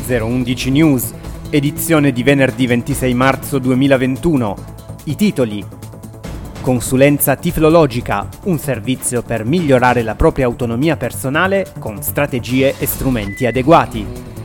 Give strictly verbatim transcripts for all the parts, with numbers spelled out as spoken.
zero undici News, edizione di venerdì ventisei marzo duemilaventuno. I titoli: Consulenza tiflologica, un servizio per migliorare la propria autonomia personale con strategie e strumenti adeguati.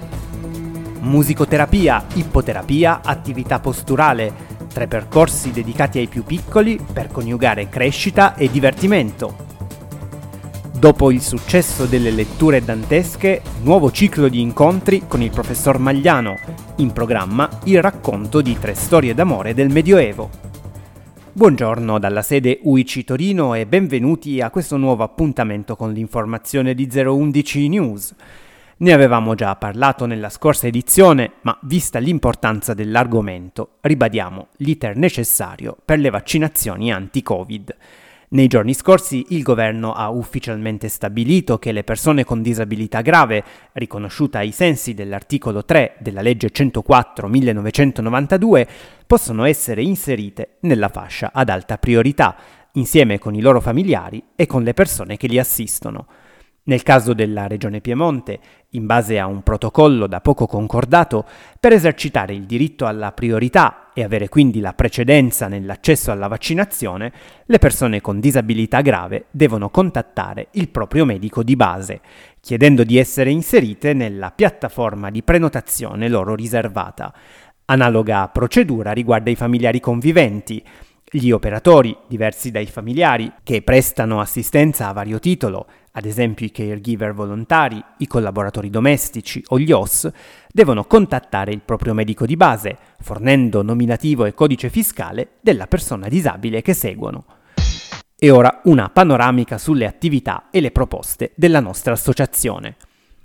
Musicoterapia, ippoterapia, attività posturale, tre percorsi dedicati ai più piccoli per coniugare crescita e divertimento. Dopo il successo delle letture dantesche, nuovo ciclo di incontri con il professor Magliano, in programma il racconto di tre storie d'amore del Medioevo. Buongiorno dalla sede U I C I Torino e benvenuti a questo nuovo appuntamento con l'informazione di zero undici News. Ne avevamo già parlato nella scorsa edizione, ma vista l'importanza dell'argomento, ribadiamo l'iter necessario per le vaccinazioni anti-Covid. Nei giorni scorsi il governo ha ufficialmente stabilito che le persone con disabilità grave, riconosciuta ai sensi dell'articolo tre della legge centoquattro millenovecentonovantadue, possono essere inserite nella fascia ad alta priorità, insieme con i loro familiari e con le persone che li assistono. Nel caso della Regione Piemonte, in base a un protocollo da poco concordato, per esercitare il diritto alla priorità e avere quindi la precedenza nell'accesso alla vaccinazione, le persone con disabilità grave devono contattare il proprio medico di base, chiedendo di essere inserite nella piattaforma di prenotazione loro riservata. Analoga procedura riguarda i familiari conviventi. Gli operatori, diversi dai familiari, che prestano assistenza a vario titolo, ad esempio i caregiver volontari, i collaboratori domestici o gli O S, devono contattare il proprio medico di base, fornendo nominativo e codice fiscale della persona disabile che seguono. E ora una panoramica sulle attività e le proposte della nostra associazione.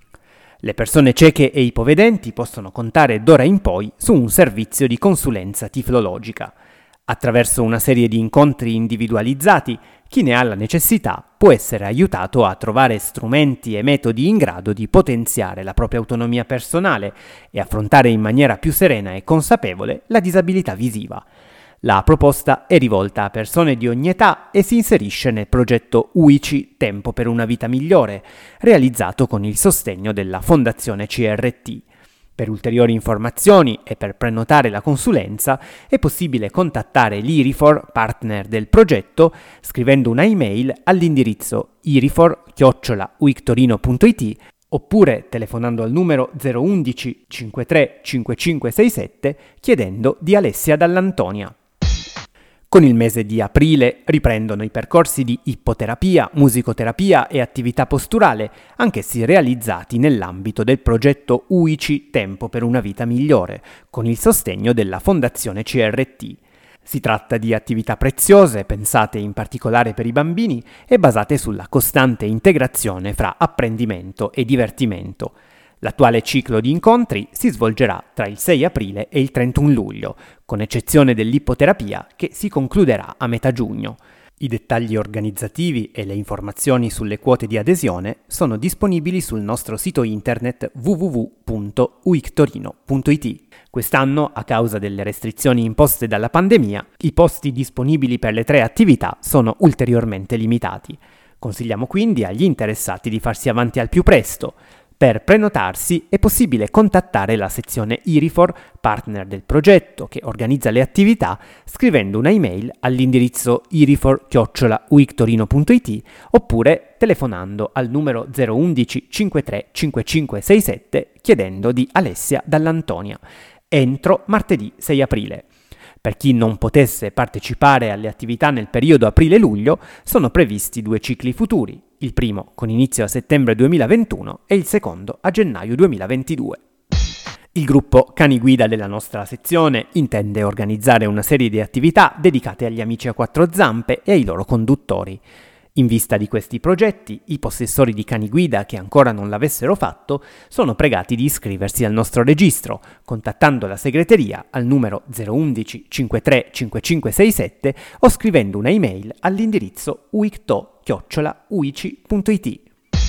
Le persone cieche e ipovedenti possono contare d'ora in poi su un servizio di consulenza tiflologica. Attraverso una serie di incontri individualizzati, chi ne ha la necessità può essere aiutato a trovare strumenti e metodi in grado di potenziare la propria autonomia personale e affrontare in maniera più serena e consapevole la disabilità visiva. La proposta è rivolta a persone di ogni età e si inserisce nel progetto U I C I Tempo per una vita migliore, realizzato con il sostegno della Fondazione C R T. Per ulteriori informazioni e per prenotare la consulenza è possibile contattare l'Irifor, partner del progetto, scrivendo una email all'indirizzo irifor chiocciola uictorino punto it oppure telefonando al numero zero undici cinquantatré cinquantacinque sessantasette chiedendo di Alessia Dall'Antonia. Con il mese di aprile riprendono i percorsi di ippoterapia, musicoterapia e attività posturale, anch'essi realizzati nell'ambito del progetto U I C I Tempo per una vita migliore, con il sostegno della Fondazione C R T. Si tratta di attività preziose, pensate in particolare per i bambini e basate sulla costante integrazione fra apprendimento e divertimento. L'attuale ciclo di incontri si svolgerà tra il sei aprile e il trentuno luglio, con eccezione dell'ippoterapia che si concluderà a metà giugno. I dettagli organizzativi e le informazioni sulle quote di adesione sono disponibili sul nostro sito internet w w w punto uictorino punto it. Quest'anno, a causa delle restrizioni imposte dalla pandemia, i posti disponibili per le tre attività sono ulteriormente limitati. Consigliamo quindi agli interessati di farsi avanti al più presto. Per prenotarsi è possibile contattare la sezione Irifor, partner del progetto che organizza le attività, scrivendo una email all'indirizzo irifor chiocciola uictorino punto it oppure telefonando al numero zero undici cinquantatré cinquantacinque sessantasette chiedendo di Alessia Dall'Antonia, entro martedì sei aprile. Per chi non potesse partecipare alle attività nel periodo aprile-luglio, sono previsti due cicli futuri, il primo con inizio a settembre duemilaventuno e il secondo a gennaio duemilaventidue. Il gruppo Cani Guida della nostra sezione intende organizzare una serie di attività dedicate agli amici a quattro zampe e ai loro conduttori. In vista di questi progetti, i possessori di cani guida che ancora non l'avessero fatto sono pregati di iscriversi al nostro registro, contattando la segreteria al numero zero undici cinquantatré cinquantacinque sessantasette o scrivendo una email all'indirizzo uicto chiocciola uici punto it.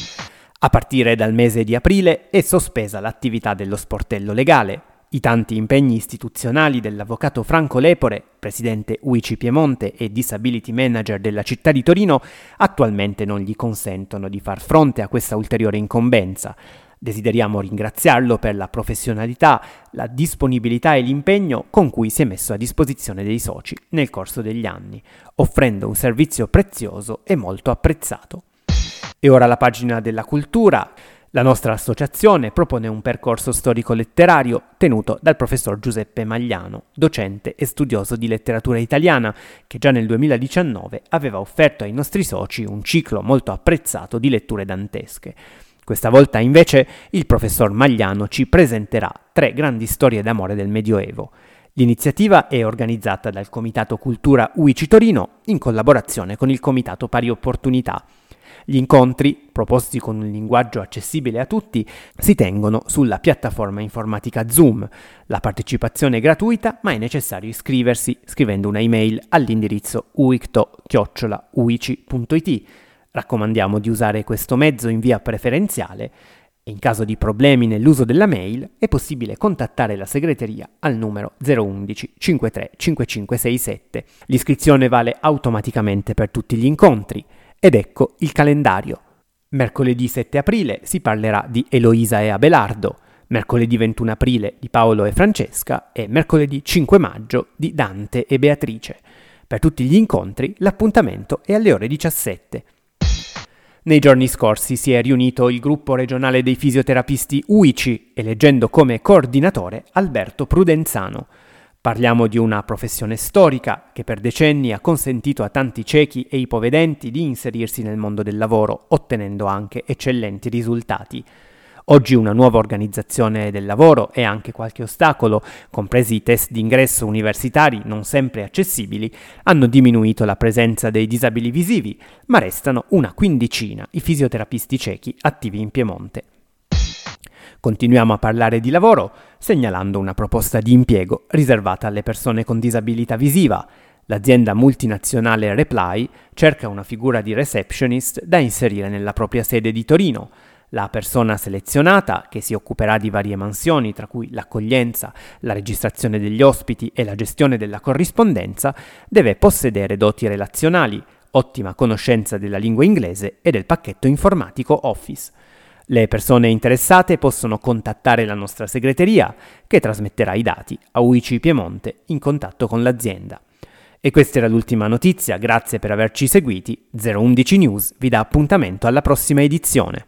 A partire dal mese di aprile è sospesa l'attività dello sportello legale. I tanti impegni istituzionali dell'avvocato Franco Lepore, presidente U I C I Piemonte e disability manager della città di Torino, attualmente non gli consentono di far fronte a questa ulteriore incombenza. Desideriamo ringraziarlo per la professionalità, la disponibilità e l'impegno con cui si è messo a disposizione dei soci nel corso degli anni, offrendo un servizio prezioso e molto apprezzato. E ora la pagina della cultura. La nostra associazione propone un percorso storico-letterario tenuto dal professor Giuseppe Magliano, docente e studioso di letteratura italiana, che già nel duemiladiciannove aveva offerto ai nostri soci un ciclo molto apprezzato di letture dantesche. Questa volta invece il professor Magliano ci presenterà tre grandi storie d'amore del Medioevo. L'iniziativa è organizzata dal Comitato Cultura U I C I Torino in collaborazione con il Comitato Pari Opportunità. Gli incontri, proposti con un linguaggio accessibile a tutti, si tengono sulla piattaforma informatica Zoom. La partecipazione è gratuita, ma è necessario iscriversi scrivendo una email all'indirizzo uicto chiocciola uici punto it. Raccomandiamo di usare questo mezzo in via preferenziale e in caso di problemi nell'uso della mail è possibile contattare la segreteria al numero zero uno uno cinque tre cinque cinque sei sette. L'iscrizione vale automaticamente per tutti gli incontri ed ecco il calendario. Mercoledì sette aprile si parlerà di Eloisa e Abelardo, mercoledì ventuno aprile di Paolo e Francesca e mercoledì cinque maggio di Dante e Beatrice. Per tutti gli incontri l'appuntamento è alle ore diciassette. Nei giorni scorsi si è riunito il gruppo regionale dei fisioterapisti U I C I, eleggendo come coordinatore Alberto Prudenzano. Parliamo di una professione storica che per decenni ha consentito a tanti ciechi e ipovedenti di inserirsi nel mondo del lavoro, ottenendo anche eccellenti risultati. Oggi una nuova organizzazione del lavoro e anche qualche ostacolo, compresi i test d'ingresso universitari non sempre accessibili, hanno diminuito la presenza dei disabili visivi, ma restano una quindicina i fisioterapisti ciechi attivi in Piemonte. Continuiamo a parlare di lavoro segnalando una proposta di impiego riservata alle persone con disabilità visiva. L'azienda multinazionale Reply cerca una figura di receptionist da inserire nella propria sede di Torino. La persona selezionata, che si occuperà di varie mansioni, tra cui l'accoglienza, la registrazione degli ospiti e la gestione della corrispondenza, deve possedere doti relazionali, ottima conoscenza della lingua inglese e del pacchetto informatico Office. Le persone interessate possono contattare la nostra segreteria, che trasmetterà i dati a U I C I Piemonte in contatto con l'azienda. E questa era l'ultima notizia, grazie per averci seguiti. zero uno uno News vi dà appuntamento alla prossima edizione.